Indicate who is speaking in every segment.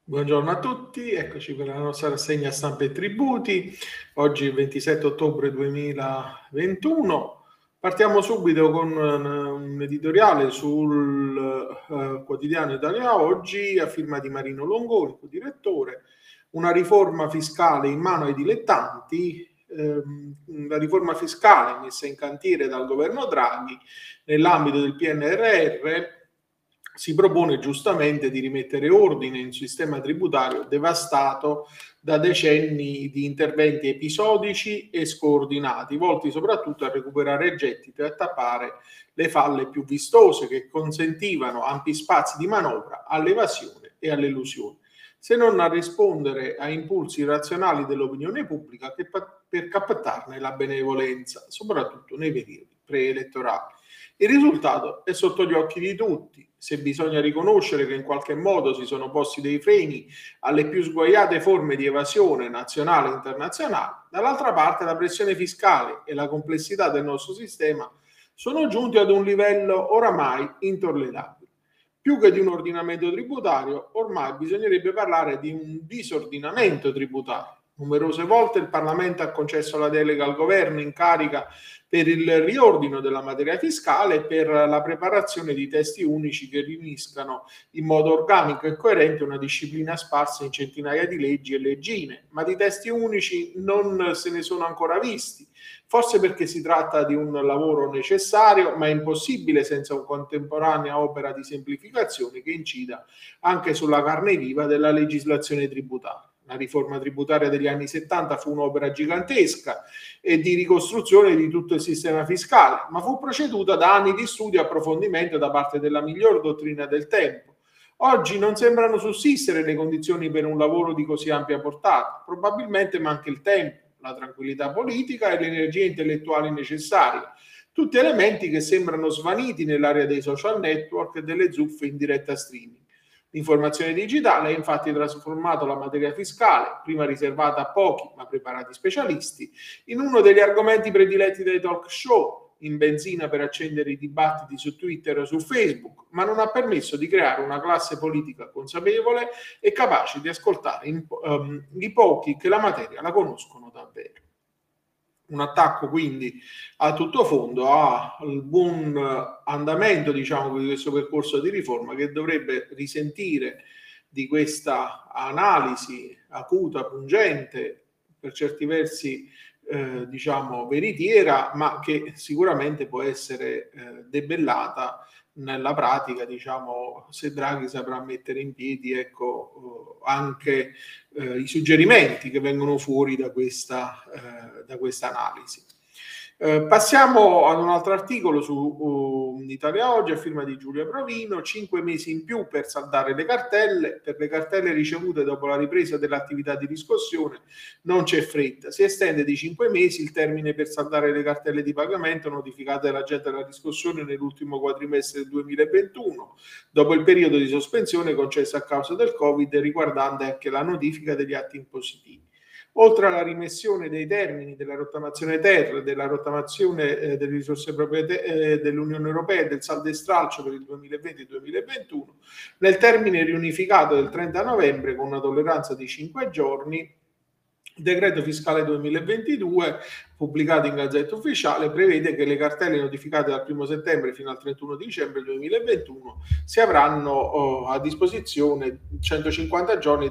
Speaker 1: Buongiorno a tutti, eccoci per la nostra rassegna stampa e tributi. Oggi è il 27 ottobre 2021. Partiamo subito con un editoriale sul quotidiano Italia Oggi a firma di Marino Longoni, direttore. Una riforma fiscale in mano ai dilettanti, la riforma fiscale messa in cantiere dal governo Draghi nell'ambito del PNRR si propone giustamente di rimettere ordine in un sistema tributario devastato da decenni di interventi episodici e scordinati, volti soprattutto a recuperare gettito e a tappare le falle più vistose che consentivano ampi spazi di manovra all'evasione e all'elusione, se non a rispondere a impulsi irrazionali dell'opinione pubblica che per captarne la benevolenza, soprattutto nei periodi preelettorali. Il risultato è sotto gli occhi di tutti. Se bisogna riconoscere che in qualche modo si sono posti dei freni alle più sguaiate forme di evasione nazionale e internazionale, dall'altra parte la pressione fiscale e la complessità del nostro sistema sono giunti ad un livello oramai intollerabile. Più che di un ordinamento tributario, ormai bisognerebbe parlare di un disordinamento tributario. Numerose volte il Parlamento ha concesso la delega al governo in carica per il riordino della materia fiscale e per la preparazione di testi unici che riuniscano in modo organico e coerente una disciplina sparsa in centinaia di leggi e leggine, ma di testi unici non se ne sono ancora visti, forse perché si tratta di un lavoro necessario, ma impossibile senza una contemporanea opera di semplificazione che incida anche sulla carne viva della legislazione tributaria. La riforma tributaria degli anni 70 fu un'opera gigantesca e di ricostruzione di tutto il sistema fiscale, ma fu preceduta da anni di studio e approfondimento da parte della miglior dottrina del tempo. Oggi non sembrano sussistere le condizioni per un lavoro di così ampia portata, probabilmente manca il tempo, la tranquillità politica e le energie intellettuali necessarie, tutti elementi che sembrano svaniti nell'area dei social network e delle zuffe in diretta streaming. L'informazione digitale ha infatti trasformato la materia fiscale, prima riservata a pochi ma preparati specialisti, in uno degli argomenti prediletti dai talk show, in benzina per accendere i dibattiti su Twitter o su Facebook, ma non ha permesso di creare una classe politica consapevole e capace di ascoltare i pochi che la materia la conoscono davvero. Un attacco quindi a tutto fondo al buon andamento, diciamo, di questo percorso di riforma che dovrebbe risentire di questa analisi acuta, pungente, per certi versi diciamo veritiera, ma che sicuramente può essere debellata nella pratica, diciamo, se Draghi saprà mettere in piedi, ecco, anche i suggerimenti che vengono fuori da questa analisi. Passiamo ad un altro articolo su Italia Oggi a firma di Giulia Provino. 5 mesi in più per saldare le cartelle. Per le cartelle ricevute dopo la ripresa dell'attività di riscossione non c'è fretta. Si estende di 5 mesi il termine per saldare le cartelle di pagamento notificate all'agente della riscossione nell'ultimo quadrimestre del 2021, dopo il periodo di sospensione concesso a causa del Covid riguardante anche la notifica degli atti impositivi. Oltre alla rimessione dei termini della rottamazione ter, della rottamazione delle risorse proprie dell'Unione Europea e del saldo e stralcio per il 2020-2021, nel termine riunificato del 30 novembre con una tolleranza di 5 giorni, il decreto fiscale 2022, pubblicato in Gazzetta Ufficiale, prevede che le cartelle notificate dal 1 settembre fino al 31 dicembre 2021 si avranno a disposizione 150 giorni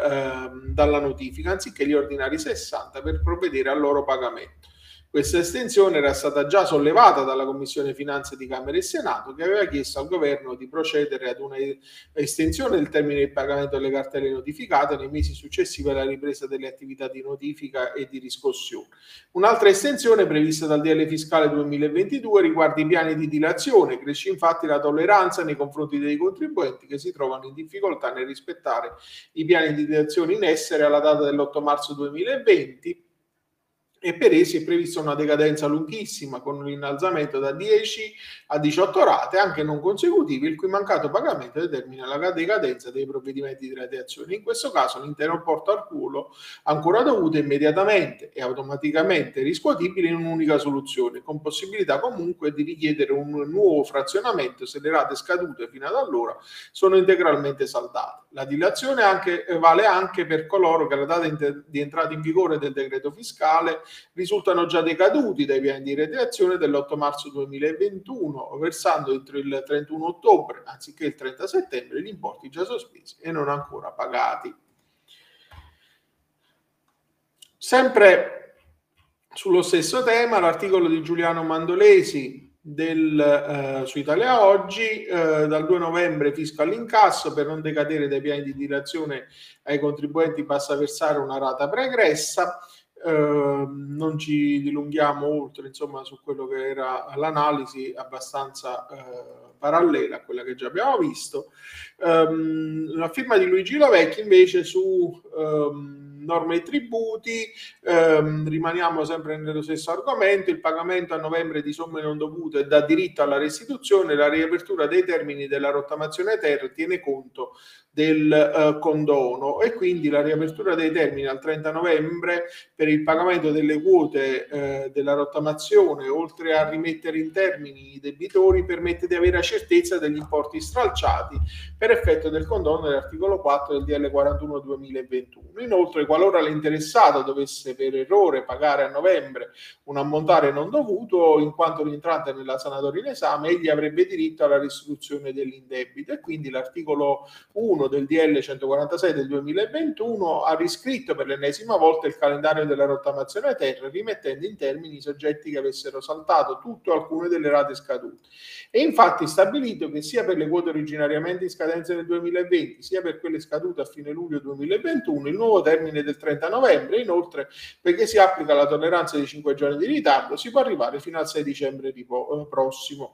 Speaker 1: dalla notifica, anziché gli ordinari 60 per provvedere al loro pagamento. Questa estensione era stata già sollevata dalla Commissione Finanze di Camera e Senato, che aveva chiesto al governo di procedere ad una estensione del termine di pagamento delle cartelle notificate nei mesi successivi alla ripresa delle attività di notifica e di riscossione. Un'altra estensione prevista dal DL fiscale 2022 riguarda i piani di dilazione. Cresce infatti la tolleranza nei confronti dei contribuenti che si trovano in difficoltà nel rispettare i piani di dilazione in essere alla data dell'8 marzo 2020, e per essi è prevista una decadenza lunghissima con un innalzamento da 10 a 18 rate anche non consecutive, il cui mancato pagamento determina la decadenza dei provvedimenti di rateazione. In questo caso l'intero importo al culo ancora dovuto immediatamente e automaticamente riscuotibile in un'unica soluzione, con possibilità comunque di richiedere un nuovo frazionamento se le rate scadute fino ad allora sono integralmente saldate. La dilazione vale anche per coloro che alla data di entrata in vigore del decreto fiscale risultano già decaduti dai piani di retribuzione dell'8 marzo 2021, versando entro il 31 ottobre, anziché il 30 settembre, gli importi già sospesi e non ancora pagati. Sempre sullo stesso tema, l'articolo di Giuliano Mandolesi su Italia Oggi, dal 2 novembre fisco all'incasso, per non decadere dai piani di dilazione ai contribuenti basta versare una rata pregressa. Non ci dilunghiamo oltre, insomma, su quello che era l'analisi abbastanza parallela a quella che già abbiamo visto. La firma di Luigi Lovecchi invece su norme e tributi. Rimaniamo sempre nello stesso argomento: il pagamento a novembre di somme non dovute dà diritto alla restituzione, la riapertura dei termini della rottamazione ter tiene conto del condono, e quindi la riapertura dei termini al 30 novembre per il pagamento delle quote della rottamazione, oltre a rimettere in termini i debitori, permette di avere certezza degli importi stralciati per effetto del condono dell'articolo 4 del DL 41 2021. Inoltre, qualora l'interessato dovesse per errore pagare a novembre un ammontare non dovuto, in quanto rientrante nella sanatoria in esame, egli avrebbe diritto alla restituzione dell'indebito, e quindi l'articolo 1 del DL 146 del 2021 ha riscritto per l'ennesima volta il calendario della rottamazione ter, rimettendo in termini i soggetti che avessero saltato tutto o alcune delle rate scadute. E infatti stabilito che sia per le quote originariamente in scadenza nel 2020 sia per quelle scadute a fine luglio 2021 il nuovo termine del 30 novembre. Inoltre, perché si applica la tolleranza di 5 giorni di ritardo, si può arrivare fino al 6 dicembre prossimo.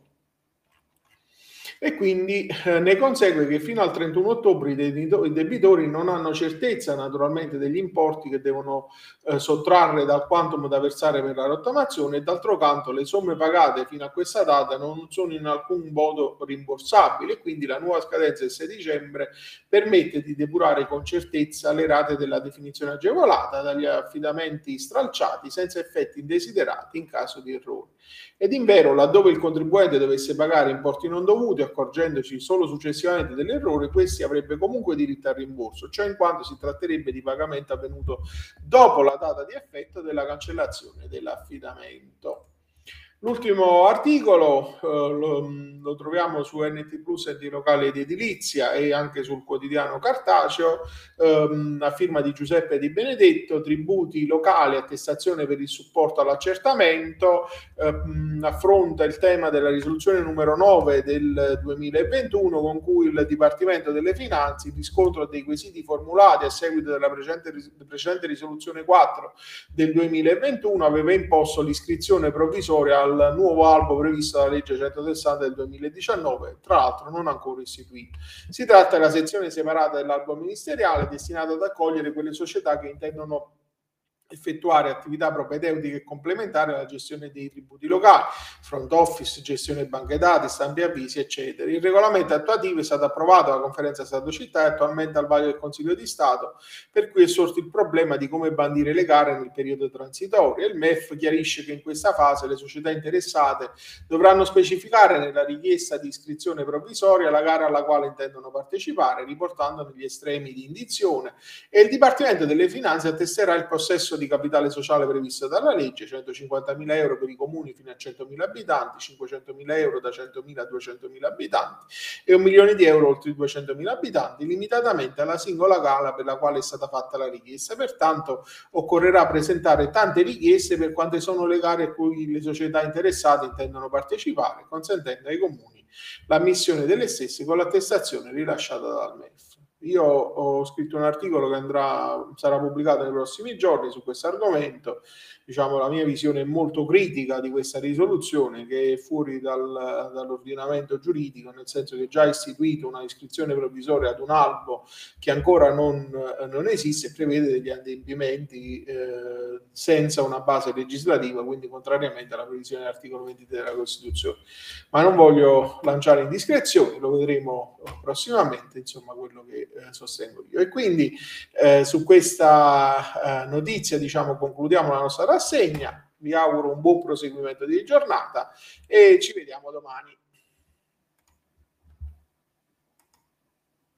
Speaker 1: E quindi ne consegue che fino al 31 ottobre i debitori non hanno certezza naturalmente degli importi che devono sottrarre dal quantum da versare per la rottamazione, e d'altro canto le somme pagate fino a questa data non sono in alcun modo rimborsabili, e quindi la nuova scadenza del 6 dicembre permette di depurare con certezza le rate della definizione agevolata dagli affidamenti stralciati senza effetti indesiderati in caso di errore. Ed invero, laddove il contribuente dovesse pagare importi non dovuti, accorgendoci solo successivamente dell'errore, questi avrebbe comunque diritto al rimborso, cioè in quanto si tratterebbe di pagamento avvenuto dopo la data di effetto della cancellazione dell'affidamento. L'ultimo articolo lo troviamo su NT Plus, enti locali ed edilizia, e anche sul quotidiano cartaceo, a firma di Giuseppe Di Benedetto. Tributi locali, attestazione per il supporto all'accertamento, affronta il tema della risoluzione numero 9 del 2021, con cui il Dipartimento delle Finanze, in riscontro dei quesiti formulati a seguito della precedente risoluzione 4 del 2021, aveva imposto l'iscrizione provvisoria al nuovo albo previsto dalla legge 160 del 2019, tra l'altro non ancora istituito. Si tratta della sezione separata dell'albo ministeriale destinata ad accogliere quelle società che intendono effettuare attività propedeutiche e complementari alla gestione dei tributi locali, front office, gestione banche dati, stampi avvisi, eccetera. Il regolamento attuativo è stato approvato dalla Conferenza Stato-Città e attualmente al vaglio del Consiglio di Stato, per cui è sorto il problema di come bandire le gare nel periodo transitorio. Il MEF chiarisce che in questa fase le società interessate dovranno specificare nella richiesta di iscrizione provvisoria la gara alla quale intendono partecipare, riportandone gli estremi di indizione, e il Dipartimento delle Finanze attesterà il possesso di capitale sociale previsto dalla legge: 150.000 euro per i comuni fino a 100.000 abitanti, 500.000 euro da 100.000 a 200.000 abitanti e 1 milione di euro oltre i 200.000 abitanti, limitatamente alla singola gara per la quale è stata fatta la richiesta. Pertanto occorrerà presentare tante richieste per quante sono le gare a cui le società interessate intendono partecipare, consentendo ai comuni l'ammissione delle stesse con l'attestazione rilasciata dal MEF. Io ho scritto un articolo che sarà pubblicato nei prossimi giorni su questo argomento. Diciamo, la mia visione è molto critica di questa risoluzione, che è fuori dall'ordinamento giuridico, nel senso che già ha istituito una iscrizione provvisoria ad un albo che ancora non esiste, e prevede degli adempimenti senza una base legislativa, quindi contrariamente alla previsione dell'articolo 23 della Costituzione. Ma non voglio lanciare indiscrezioni, lo vedremo prossimamente, insomma, quello che sostengo io. E quindi su questa notizia, diciamo, concludiamo la nostra rassegna. Vi auguro un buon proseguimento di giornata e ci vediamo domani.